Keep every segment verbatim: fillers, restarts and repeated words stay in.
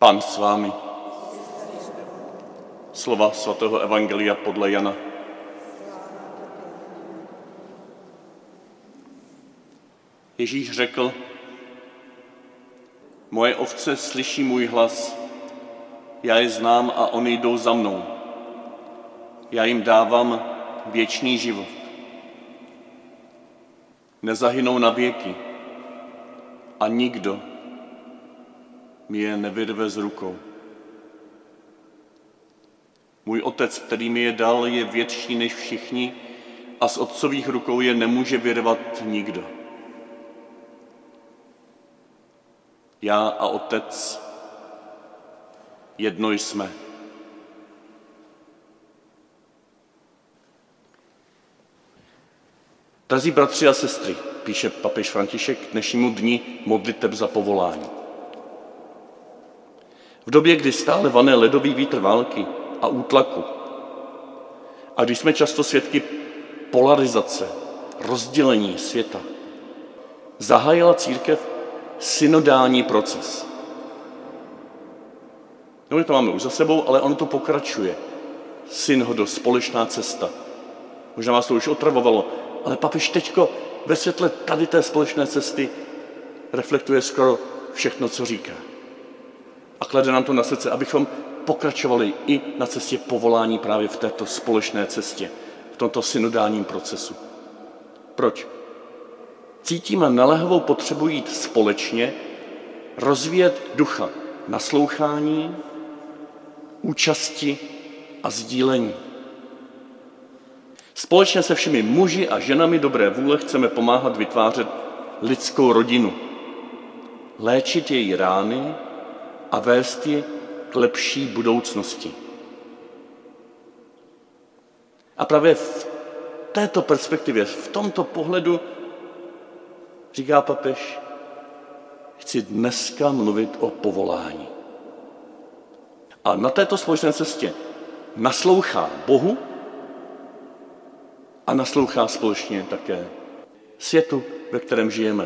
Pán s vámi. Slova svatého evangelia podle Jana. Ježíš řekl: Moje ovce slyší můj hlas, já je znám a oni jdou za mnou. Já jim dávám věčný život. Nezahynou na věky a nikdo mi je nevyrve z rukou. Můj otec, který mi je dal, je větší než všichni a z otcových rukou je nemůže vyrvat nikdo. Já a otec jedno jsme. Drazí bratři a sestry, píše papež František k dnešnímu dni modliteb za povolání. V době, kdy stále vane ledový vítr války a útlaku a když jsme často svědky polarizace, rozdělení světa, zahájila církev synodální proces. No, my to máme už za sebou, ale ono to pokračuje. Synodo, společná cesta. Možná vás to už otravovalo, ale papež teďko ve světle tady té společné cesty reflektuje skoro všechno, co říká. A klade nám to na srdce, abychom pokračovali i na cestě povolání právě v této společné cestě, v tomto synodálním procesu. Proč? Cítíme naléhavou potřebu jít společně, rozvíjet ducha naslouchání, účasti a sdílení. Společně se všemi muži a ženami dobré vůle chceme pomáhat vytvářet lidskou rodinu, léčit její rány a vést ji k lepší budoucnosti. A právě v této perspektivě, v tomto pohledu, říká papež, chci dneska mluvit o povolání. A na této společné cestě naslouchá Bohu a naslouchá společně také světu, ve kterém žijeme.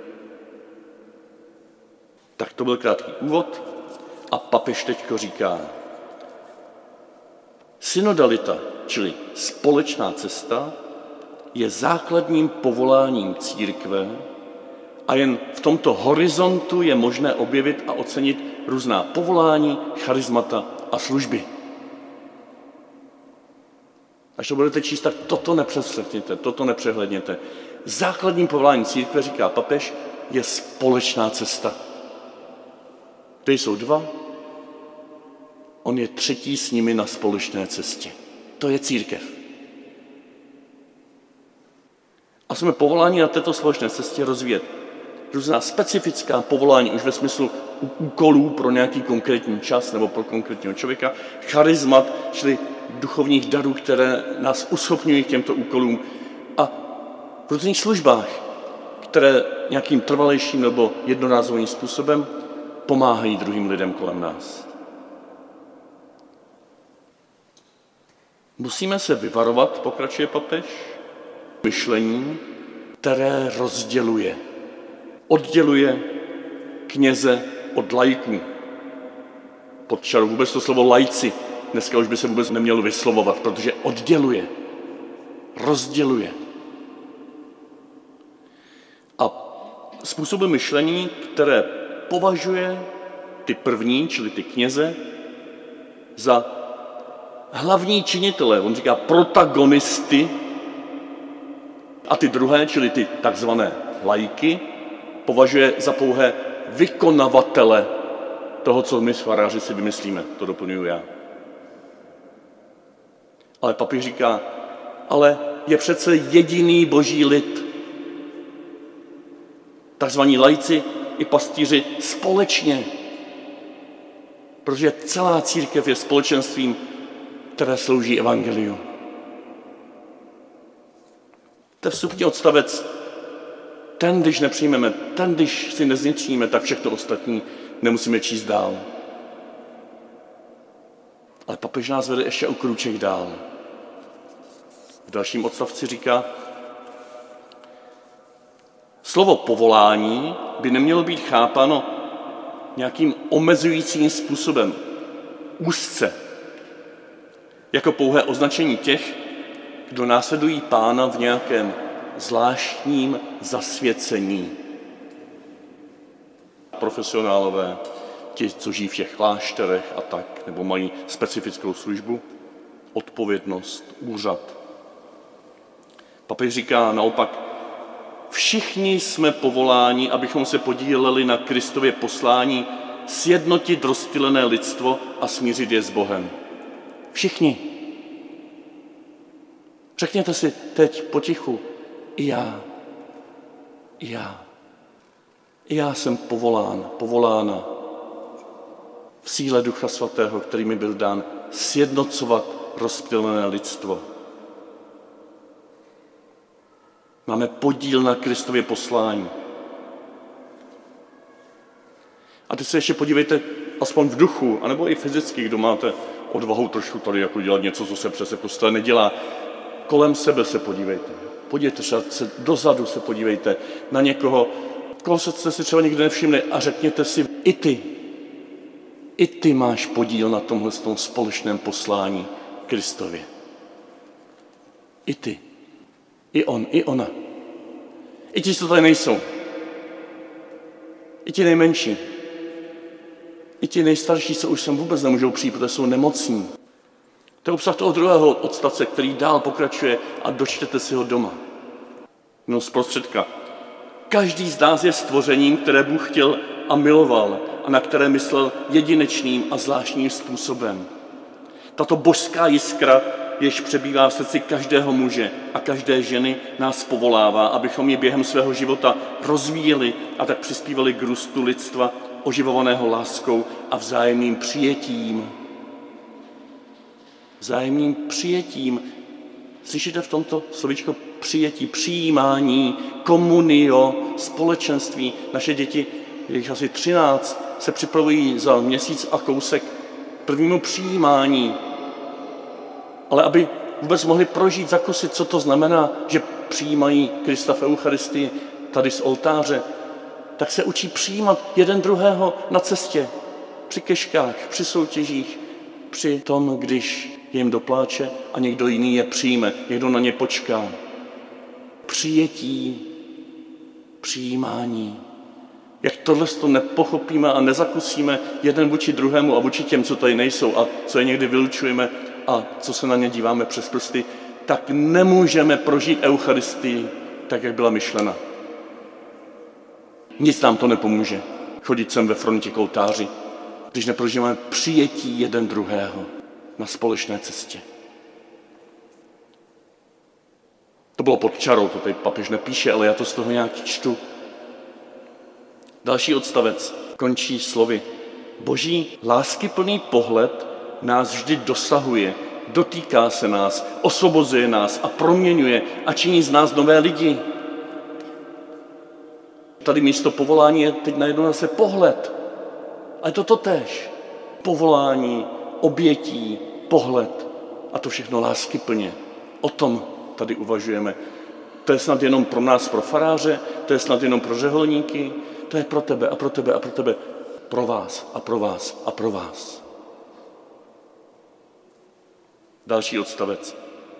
Tak to byl krátký úvod a papež teďko říká: synodalita, čili společná cesta, je základním povoláním církve a jen v tomto horizontu je možné objevit a ocenit různá povolání, charismata a služby. Až to budete číst, tak toto nepřeslechněte, toto nepřehledněte. Základním povoláním církve, říká papež, je společná cesta. Tady jsou dva, on je třetí s nimi na společné cestě. To je církev. A jsme povoláni na této společné cestě rozvíjet různá specifická povolání už ve smyslu úkolů pro nějaký konkrétní čas nebo pro konkrétního člověka, charismat, čili duchovních darů, které nás uschopňují k těmto úkolům, a v různých službách, které nějakým trvalejším nebo jednorázovým způsobem pomáhají druhým lidem kolem nás. Musíme se vyvarovat, pokračuje papež, myšlení, které rozděluje. Odděluje kněze od laiků. Pod čarou vůbec to slovo laici dneska už by se vůbec nemělo vyslovovat, protože odděluje, rozděluje. A způsoby myšlení, které považuje ty první, čili ty kněze, za hlavní činitele, on říká protagonisty, a ty druhé, čili ty takzvané laiky, považuje za pouhé vykonavatele toho, co my faráři si vymyslíme. To doplňuji já. Ale papež říká, ale je přece jediný boží lid. Takzvaní laici i pastýři společně. Protože celá církev je společenstvím, které slouží evangeliu. To je vstupní odstavec. Ten, když nepřijmeme, ten, když si nezvnitřníme, tak všechno ostatní nemusíme číst dál. Ale papež nás vede ještě o krůček dál. V dalším odstavci říká, slovo povolání by nemělo být chápáno nějakým omezujícím způsobem, úzce, jako pouhé označení těch, kdo následují Pána v nějakém zvláštním zasvěcení. Profesionálové, ti, co žijí v těch klášterech a tak, nebo mají specifickou službu, odpovědnost, úřad. Papež říká naopak, všichni jsme povoláni, abychom se podíleli na Kristově poslání, sjednotit rozptýlené lidstvo a smířit je s Bohem. Všichni. Řekněte si teď potichu, i já, i já. I já jsem povolán, povolána v síle Ducha Svatého, který mi byl dán, sjednocovat rozptýlené lidstvo. Máme podíl na Kristově poslání. A teď se ještě podívejte, aspoň v duchu, anebo i fyzicky, kdo máte odvahu trošku tady jako dělat něco, co se přece v kostele nedělá. Kolem sebe se podívejte. Podívejte se dozadu, se podívejte na někoho, koho jste si třeba nikdy nevšimli a řekněte si, i ty, i ty máš podíl na tomhle společném poslání Kristově. I ty. I on, i ona. I ti, co tady nejsou. I ti nejmenší. I ti nejstarší, co už sem vůbec nemůžou přijít, protože jsou nemocní. To je obsah toho druhého odstavce, který dál pokračuje a dočtete si ho doma. No zprostředka. Každý z nás je stvořením, které Bůh chtěl a miloval a na které myslel jedinečným a zvláštním způsobem. Tato božská jiskra, jež přebývá v srdci každého muže a každé ženy, nás povolává, abychom ji během svého života rozvíjeli a tak přispívali k růstu lidstva, oživovaného láskou a vzájemným přijetím. Vzájemným přijetím. Slyšíte v tomto slovíčko přijetí, přijímání, komunio, společenství. Naše děti, je jich asi třináct, se připravují za měsíc a kousek prvnímu přijímání. Ale aby vůbec mohli prožít, zakusit, co to znamená, že přijímají Krista v Eucharistii tady z oltáře, tak se učí přijímat jeden druhého na cestě, při keškách, při soutěžích, při tom, když jim dopláče a někdo jiný je přijme, někdo na ně počká. Přijetí, přijímání. Jak tohle to nepochopíme a nezakusíme jeden vůči druhému a vůči těm, co tady nejsou a co je někdy vylučujeme a co se na ně díváme přes prsty, tak nemůžeme prožít Eucharistii tak, jak byla myšlena. Nic nám to nepomůže, chodit sem ve frontě k oltáři, když neprožíváme přijetí jeden druhého na společné cestě. To bylo pod čarou, to tady papež nepíše, ale já to z toho nějak čtu. Další odstavec končí slovy. Boží láskyplný pohled nás vždy dosahuje, dotýká se nás, osvobozuje nás a proměňuje a činí z nás nové lidi. Tady místo povolání je teď najednou zase pohled. A je to totéž. Povolání, obětí, pohled a to všechno láskyplně. O tom tady uvažujeme. To je snad jenom pro nás, pro faráře, to je snad jenom pro řeholníky, to je pro tebe a pro tebe a pro tebe. Pro vás a pro vás a pro vás. Další odstavec.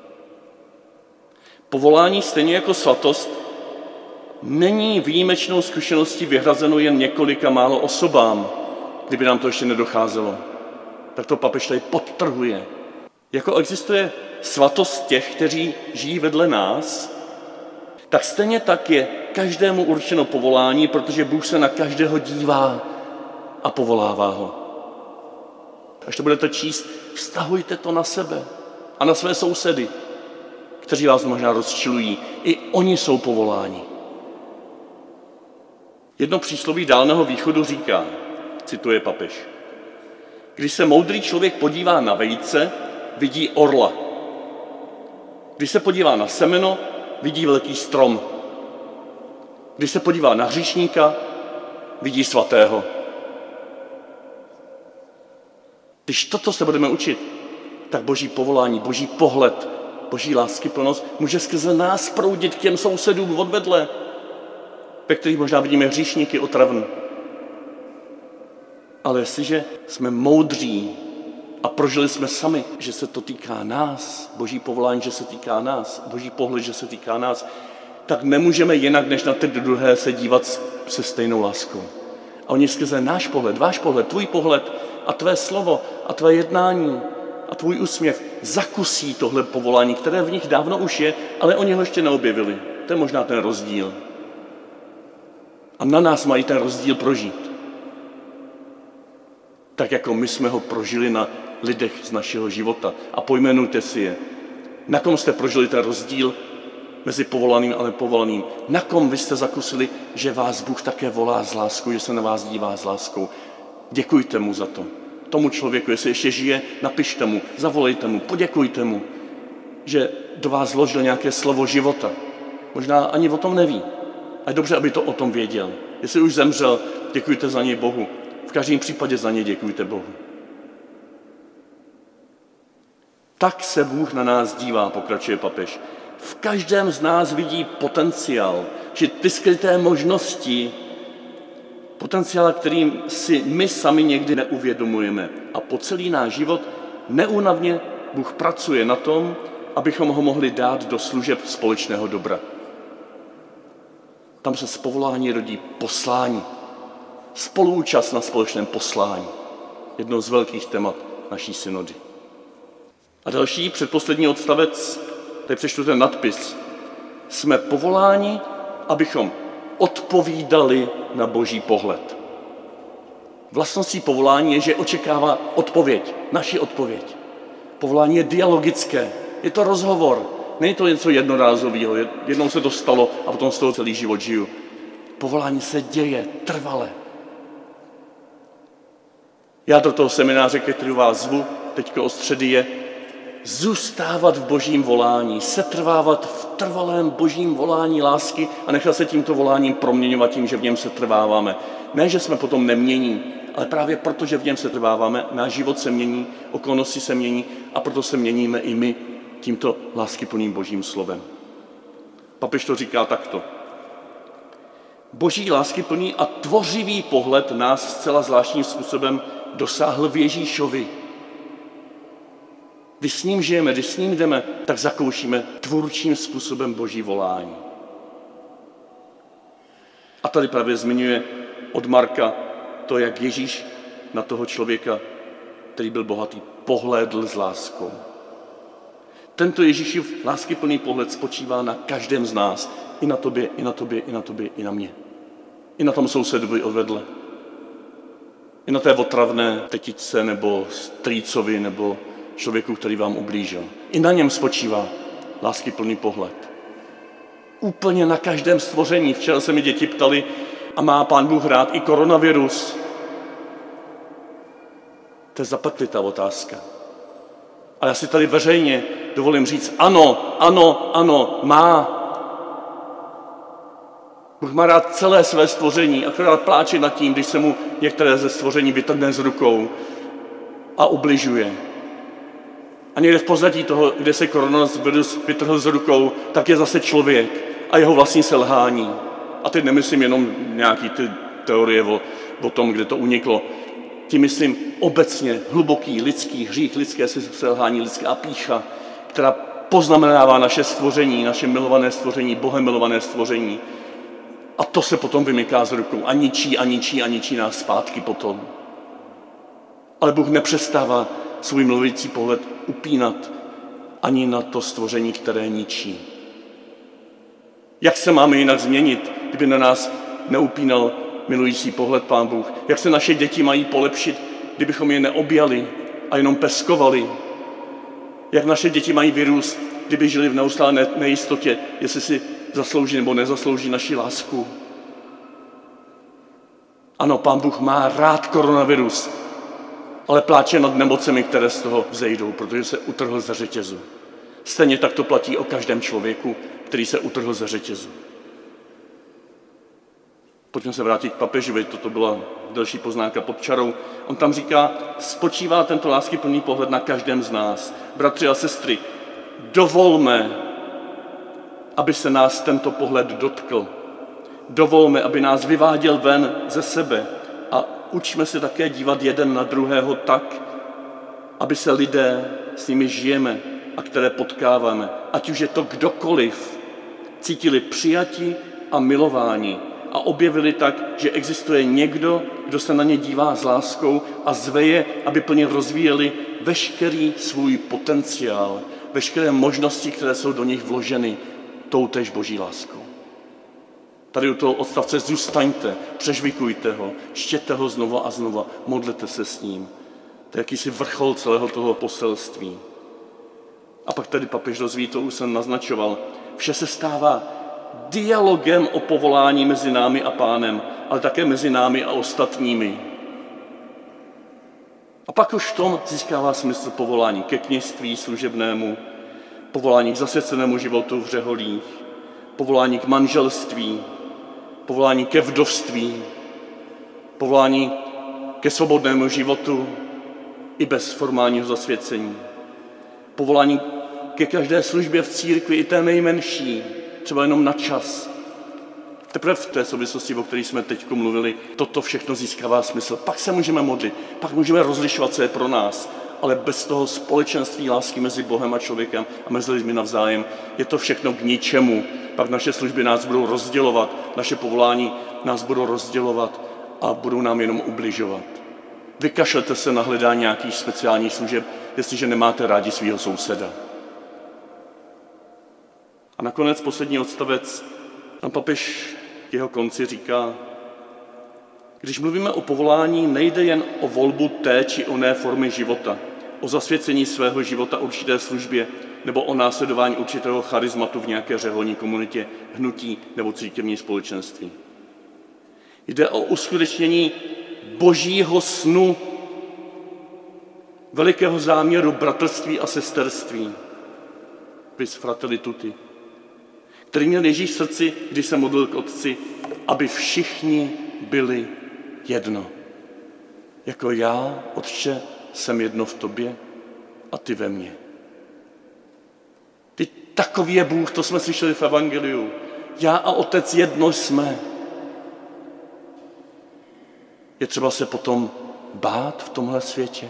Povolání stejně jako svatost není výjimečnou zkušeností vyhrazeno jen několika málo osobám, kdyby nám to ještě nedocházelo. Tak to papež tady podtrhuje. Jako existuje svatost těch, kteří žijí vedle nás, tak stejně tak je každému určeno povolání, protože Bůh se na každého dívá a povolává ho. Až to budete číst, vztahujte to na sebe a na své sousedy, kteří vás možná rozčilují. I oni jsou povoláni. Jedno přísloví Dálného východu říká, cituje papež, když se moudrý člověk podívá na vejce, vidí orla. Když se podívá na semeno, vidí velký strom. Když se podívá na hříšníka, vidí svatého. Když toto se budeme učit, tak boží povolání, boží pohled, boží láskyplnost může skrze nás proudit k těm sousedům odvedle, ve kterých možná vidíme hříšníky otravný. Ale jestliže jsme moudří a prožili jsme sami, že se to týká nás, boží povolání, že se týká nás, boží pohled, že se týká nás, tak nemůžeme jinak, než na ty druhé se dívat se stejnou láskou. A oni skrze náš pohled, váš pohled, tvůj pohled a tvé slovo a tvé jednání a tvůj úsměv zakusí tohle povolání, které v nich dávno už je, ale oni ho ještě neobjevili. To je možná ten rozdíl. A na nás mají ten rozdíl prožít. Tak jako my jsme ho prožili na lidech z našeho života. A pojmenujte si je. Na kom jste prožili ten rozdíl mezi povolaným a nepovolaným? Na kom vy jste zakusili, že vás Bůh také volá s láskou, že se na vás dívá s láskou? Děkujte mu za to. Tomu člověku, jestli ještě žije, napište mu, zavolejte mu, poděkujte mu, že do vás vložil nějaké slovo života. Možná ani o tom neví. A je dobře, aby to o tom věděl. Jestli už zemřel, děkujte za něj Bohu. V každém případě za něj děkujte Bohu. Tak se Bůh na nás dívá, pokračuje papež. V každém z nás vidí potenciál, že ty skryté možnosti, potenciál, kterým si my sami někdy neuvědomujeme. A po celý náš život neúnavně Bůh pracuje na tom, abychom ho mohli dát do služeb společného dobra. Tam se z povolání rodí poslání. Spoluúčast na společném poslání. Jedno z velkých témat naší synody. A další, předposlední odstavec, tady přečtu ten nadpis. Jsme povoláni, abychom odpovídali na boží pohled. Vlastností povolání je, že očekává odpověď, naši odpověď. Povolání je dialogické, je to rozhovor, není to něco jednorázového, jednou se to stalo a potom z toho celý život žiju. Povolání se děje trvale. Já do toho semináře, ke kterému vás zvu, teďko od středy je zůstávat v božím volání, setrvávat v trvalém božím volání lásky a nechat se tímto voláním proměňovat tím, že v něm setrváváme. Ne, že jsme potom nemění, ale právě proto, že v něm setrváváme, náš život se mění, okolnosti se mění a proto se měníme i my tímto láskyplným božím slovem. Papež to říká takto. Boží láskyplný a tvořivý pohled nás zcela zvláštním způsobem dosáhl v Ježíšovi. Když s ním žijeme, když s ním jdeme, tak zakoušíme tvůrčím způsobem boží volání. A tady právě zmiňuje od Marka to, jak Ježíš na toho člověka, který byl bohatý, pohlédl s láskou. Tento Ježíšův láskyplný pohled spočívá na každém z nás. I na tobě, i na tobě, i na tobě, i na mě. I na tom sousedovi odvedle. I na té otravné tetičce nebo strýcovi nebo člověku, který vám ublížil. I na něm spočívá láskyplný pohled. Úplně na každém stvoření. Včera se mi děti ptali, a má Pán Bůh rád i koronavirus? To je zapeklitá otázka. Ale já si tady veřejně dovolím říct, ano, ano, ano, má. Bůh má rád celé své stvoření, akorát pláče nad tím, když se mu některé ze stvoření vytrhne z rukou a ubližuje. A někde v pozadí toho, kde se koronavirus vytrhl z rukou, tak je zase člověk a jeho vlastní selhání. A teď nemyslím jenom nějaký ty teorie o, o tom, kde to uniklo. Tím myslím obecně hluboký lidský hřích, lidské selhání, lidská pýcha, která poznamenává naše stvoření, naše milované stvoření, Bohem milované stvoření. A to se potom vymyká z rukou a ničí a ničí a ničí nás zpátky potom. Ale Bůh nepřestává svůj mluvící pohled upínat ani na to stvoření, které ničí. Jak se máme jinak změnit, kdyby na nás neupínal milující pohled Pán Bůh? Jak se naše děti mají polepšit, kdybychom je neobjali a jenom peskovali? Jak naše děti mají vyrůst, kdyby žili v neustálé nejistotě, jestli si zaslouží nebo nezaslouží naši lásku? Ano, Pán Bůh má rád koronavirus, ale pláče nad nemocemi, které z toho vzejdou, protože se utrhl ze řetězu. Stejně tak to platí o každém člověku, který se utrhl ze řetězu. Pojďme se vrátit k papežovi, toto byla další poznámka pod čarou. On tam říká, spočívá tento láskyplný pohled na každém z nás. Bratři a sestry, dovolme, aby se nás tento pohled dotkl. Dovolme, aby nás vyváděl ven ze sebe a učíme se také dívat jeden na druhého tak, aby se lidé, s nimi žijeme a které potkáváme, ať už je to kdokoliv, cítili přijati a milování a objevili tak, že existuje někdo, kdo se na ně dívá s láskou a zve je, aby plně rozvíjeli veškerý svůj potenciál, veškeré možnosti, které jsou do nich vloženy toutéž Boží láskou. Tady u toho odstavce zůstaňte, přežvikujte ho, čtěte ho znova a znova, modlete se s ním. To je jakýsi vrchol celého toho poselství. A pak tady papež rozvíjí, to už jsem naznačoval, vše se stává dialogem o povolání mezi námi a Pánem, ale také mezi námi a ostatními. A pak už v tom získává smysl povolání ke kněžství služebnému, povolání k zasvěcenému životu v řeholích, povolání k manželství, povolání ke vdovství, povolání ke svobodnému životu i bez formálního zasvěcení, povolání ke každé službě v církvi, i té nejmenší, třeba jenom na čas. Teprve v té souvislosti, o které jsme teď mluvili, toto všechno získává smysl. Pak se můžeme modlit, pak můžeme rozlišovat, co je pro nás, ale bez toho společenství lásky mezi Bohem a člověkem a mezi lidmi navzájem je to všechno k ničemu. Pak naše služby nás budou rozdělovat, naše povolání nás budou rozdělovat a budou nám jenom ubližovat. Vykašlete se na hledání nějakých speciálních služeb, jestliže nemáte rádi svého souseda. A nakonec poslední odstavec, tam papež k jeho konci říká, když mluvíme o povolání, nejde jen o volbu té či oné formy života, o zasvěcení svého života určité službě nebo o následování určitého charizmatu v nějaké řeholní komunitě, hnutí nebo církevní společenství. Jde o uskutečnění božího snu, velikého záměru bratrství a sesterství, vis fratelli tutti, který měl Ježíš v srdci, když se modlil k Otci, aby všichni byli jedno. Jako já, Otče, jsem jedno v tobě a ty ve mně. Ty takový je Bůh, to jsme slyšeli v evangeliu. Já a Otec jedno jsme. Je třeba se potom bát v tomhle světě.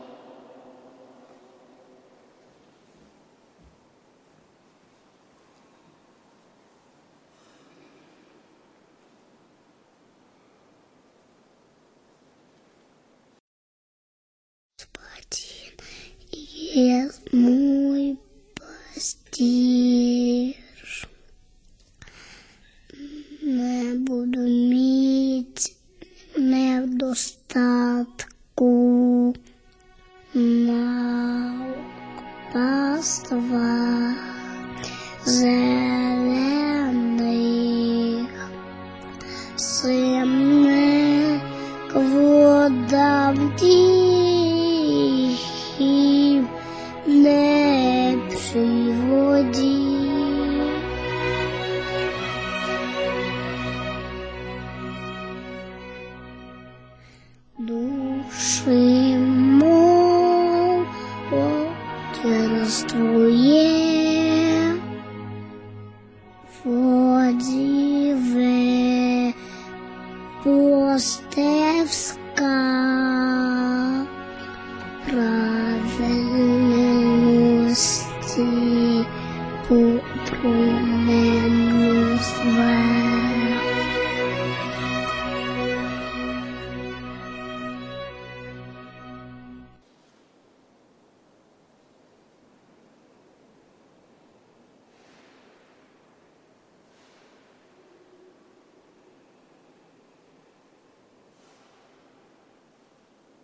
Je můj pastýř, nebudu mít nedostatku, má pastva zelených, si mne k vodám tichým nepřivodí. Duši mou otěrstvuje, vodí ve postevská, pravedlnosti po promenu své.